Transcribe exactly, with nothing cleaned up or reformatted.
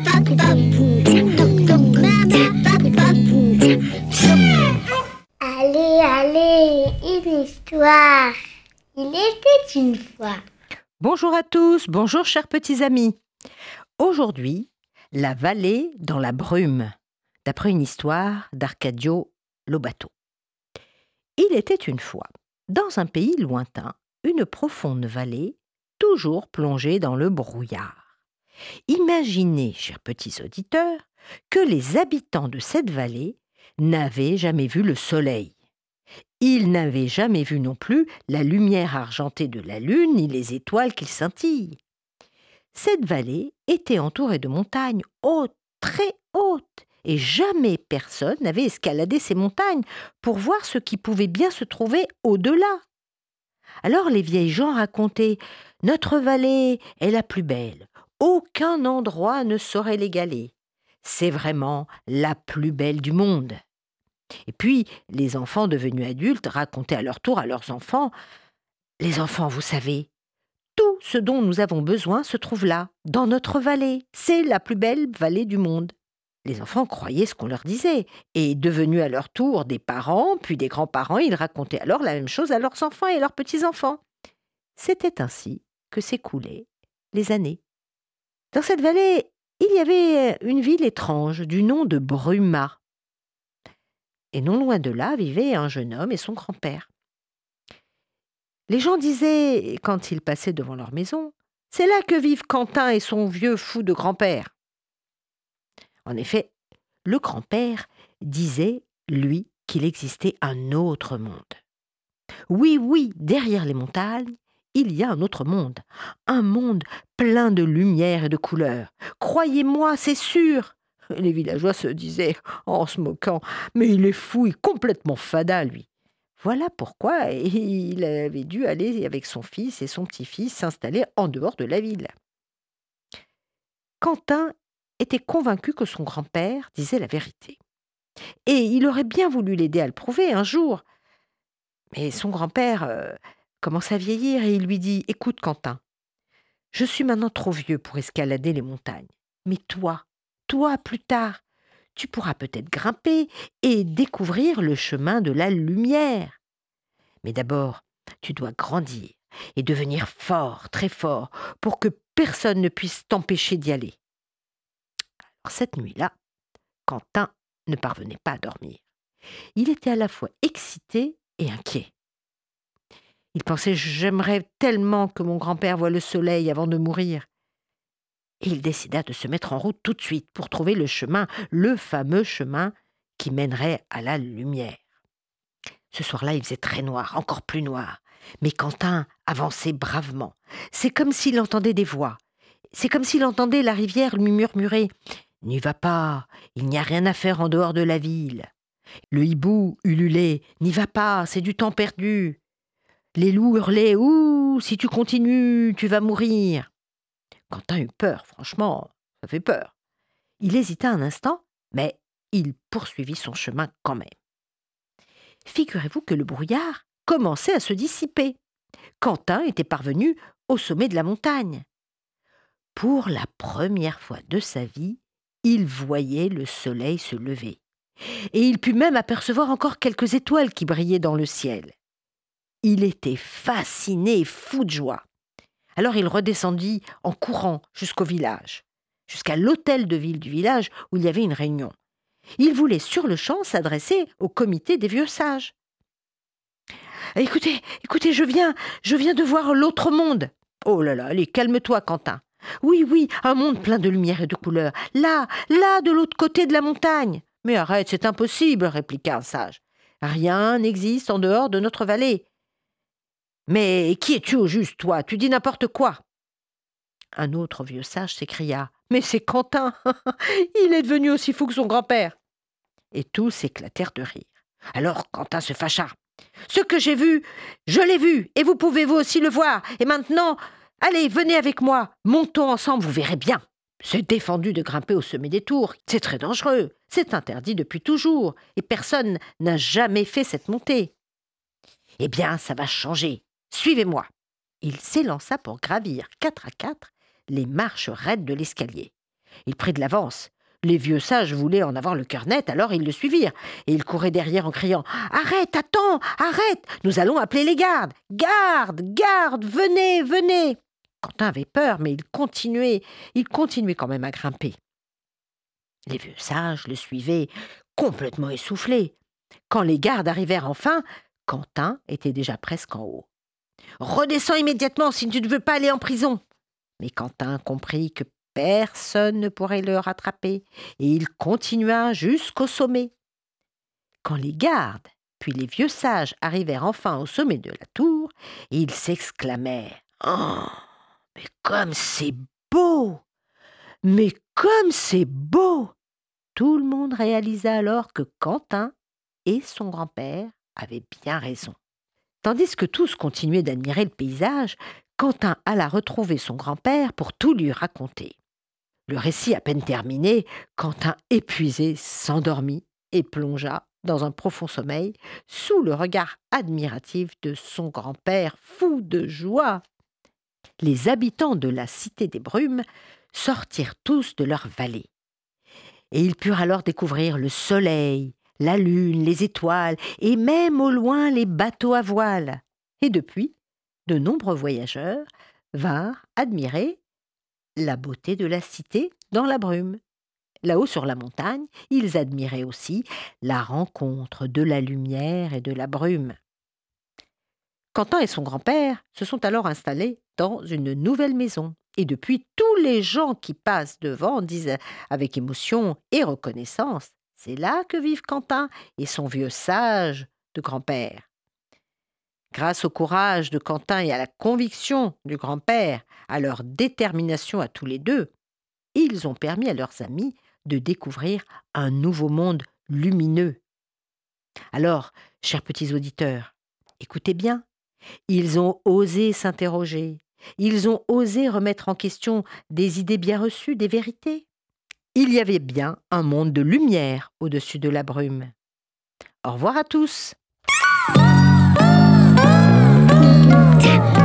Allez, allez, une histoire. Il était une fois. Bonjour à tous, bonjour chers petits amis. Aujourd'hui, la vallée dans la brume, d'après une histoire d'Arcadio Lobato. Il était une fois, dans un pays lointain, une profonde vallée, toujours plongée dans le brouillard. Imaginez, chers petits auditeurs, que les habitants de cette vallée n'avaient jamais vu le soleil. Ils n'avaient jamais vu non plus la lumière argentée de la lune ni les étoiles qui scintillent. Cette vallée était entourée de montagnes hautes, très hautes, et jamais personne n'avait escaladé ces montagnes pour voir ce qui pouvait bien se trouver au-delà. Alors les vieilles gens racontaient « Notre vallée est la plus belle, aucun endroit ne saurait l'égaler. C'est vraiment la plus belle du monde. » Et puis, les enfants devenus adultes racontaient à leur tour à leurs enfants « Les enfants, vous savez, tout ce dont nous avons besoin se trouve là, dans notre vallée. C'est la plus belle vallée du monde. » Les enfants croyaient ce qu'on leur disait, et devenus à leur tour des parents, puis des grands-parents, ils racontaient alors la même chose à leurs enfants et à leurs petits-enfants. C'était ainsi que s'écoulaient les années. Dans cette vallée, il y avait une ville étrange du nom de Bruma. Et non loin de là vivait un jeune homme et son grand-père. Les gens disaient, quand ils passaient devant leur maison, « C'est là que vivent Quentin et son vieux fou de grand-père. » En effet, le grand-père disait, lui, qu'il existait un autre monde. Oui, oui, derrière les montagnes, il y a un autre monde, un monde plein de lumière et de couleurs. Croyez-moi, c'est sûr. Les villageois se disaient, en se moquant, « Mais il est fou et complètement fada, lui. » Voilà pourquoi il avait dû aller avec son fils et son petit-fils s'installer en dehors de la ville. Quentin était convaincu que son grand-père disait la vérité. Et il aurait bien voulu l'aider à le prouver un jour. Mais son grand-père euh, commence à vieillir et il lui dit « Écoute, Quentin, je suis maintenant trop vieux pour escalader les montagnes. Mais toi, toi, plus tard, tu pourras peut-être grimper et découvrir le chemin de la lumière. Mais d'abord, tu dois grandir et devenir fort, très fort, pour que personne ne puisse t'empêcher d'y aller. » Alors cette nuit-là, Quentin ne parvenait pas à dormir. Il était à la fois excité et inquiet. Il pensait « J'aimerais tellement que mon grand-père voie le soleil avant de mourir. » Et il décida de se mettre en route tout de suite pour trouver le chemin, le fameux chemin qui mènerait à la lumière. Ce soir-là, il faisait très noir, encore plus noir. Mais Quentin avançait bravement. C'est comme s'il entendait des voix. C'est comme s'il entendait la rivière lui murmurer « N'y va pas, il n'y a rien à faire en dehors de la ville. » Le hibou ululait « N'y va pas, c'est du temps perdu. » Les loups hurlaient « Ouh, si tu continues, tu vas mourir. » Quentin eut peur, franchement, ça fait peur. Il hésita un instant, mais il poursuivit son chemin quand même. Figurez-vous que le brouillard commençait à se dissiper. Quentin était parvenu au sommet de la montagne. Pour la première fois de sa vie, il voyait le soleil se lever. Et il put même apercevoir encore quelques étoiles qui brillaient dans le ciel. Il était fasciné et fou de joie. Alors il redescendit en courant jusqu'au village, jusqu'à l'hôtel de ville du village où il y avait une réunion. Il voulait sur-le-champ s'adresser au comité des vieux sages. « Écoutez, écoutez, je viens, je viens de voir l'autre monde. »« Oh là là, allez, calme-toi, Quentin. Oui, oui, un monde plein de lumière et de couleurs. Là, là, de l'autre côté de la montagne. »« Mais arrête, c'est impossible, » répliqua un sage. « Rien n'existe en dehors de notre vallée. »« Mais qui es-tu au juste, toi? Tu dis n'importe quoi. » Un autre vieux sage s'écria « Mais c'est Quentin. Il est devenu aussi fou que son grand-père. » Et tous éclatèrent de rire. Alors Quentin se fâcha. « Ce que j'ai vu, je l'ai vu, et vous pouvez vous aussi le voir. Et maintenant, allez, venez avec moi. Montons ensemble, vous verrez bien. C'est défendu de grimper au sommet des tours. C'est très dangereux. C'est interdit depuis toujours. Et personne n'a jamais fait cette montée. Eh bien, ça va changer. Suivez-moi. » Il s'élança pour gravir quatre à quatre les marches raides de l'escalier. Il prit de l'avance. Les vieux sages voulaient en avoir le cœur net, alors ils le suivirent. Et il courait derrière en criant « Arrête, attends, arrête, nous allons appeler les gardes. Garde, garde, venez, venez !» Quentin avait peur, mais il continuait, il continuait quand même à grimper. Les vieux sages le suivaient, complètement essoufflés. Quand les gardes arrivèrent enfin, Quentin était déjà presque en haut. « Redescends immédiatement si tu ne veux pas aller en prison !» Mais Quentin comprit que personne ne pourrait le rattraper, et il continua jusqu'au sommet. Quand les gardes, puis les vieux sages arrivèrent enfin au sommet de la tour, ils s'exclamèrent « Oh, mais comme c'est beau! Mais comme c'est beau !» Tout le monde réalisa alors que Quentin et son grand-père avaient bien raison. Tandis que tous continuaient d'admirer le paysage, Quentin alla retrouver son grand-père pour tout lui raconter. Le récit à peine terminé, Quentin, épuisé, s'endormit et plongea dans un profond sommeil sous le regard admiratif de son grand-père, fou de joie. Les habitants de la Cité des Brumes sortirent tous de leur vallée. Et ils purent alors découvrir le soleil, la lune, les étoiles et même au loin les bateaux à voile. Et depuis, de nombreux voyageurs vinrent admirer la beauté de la cité dans la brume. Là-haut sur la montagne, ils admiraient aussi la rencontre de la lumière et de la brume. Quentin et son grand-père se sont alors installés dans une nouvelle maison. Et depuis, tous les gens qui passent devant disent avec émotion et reconnaissance « C'est là que vivent Quentin et son vieux sage de grand-père ». Grâce au courage de Quentin et à la conviction du grand-père, à leur détermination à tous les deux, ils ont permis à leurs amis de découvrir un nouveau monde lumineux. Alors, chers petits auditeurs, écoutez bien, ils ont osé s'interroger, ils ont osé remettre en question des idées bien reçues, des vérités. Il y avait bien un monde de lumière au-dessus de la brume. Au revoir à tous. Tap.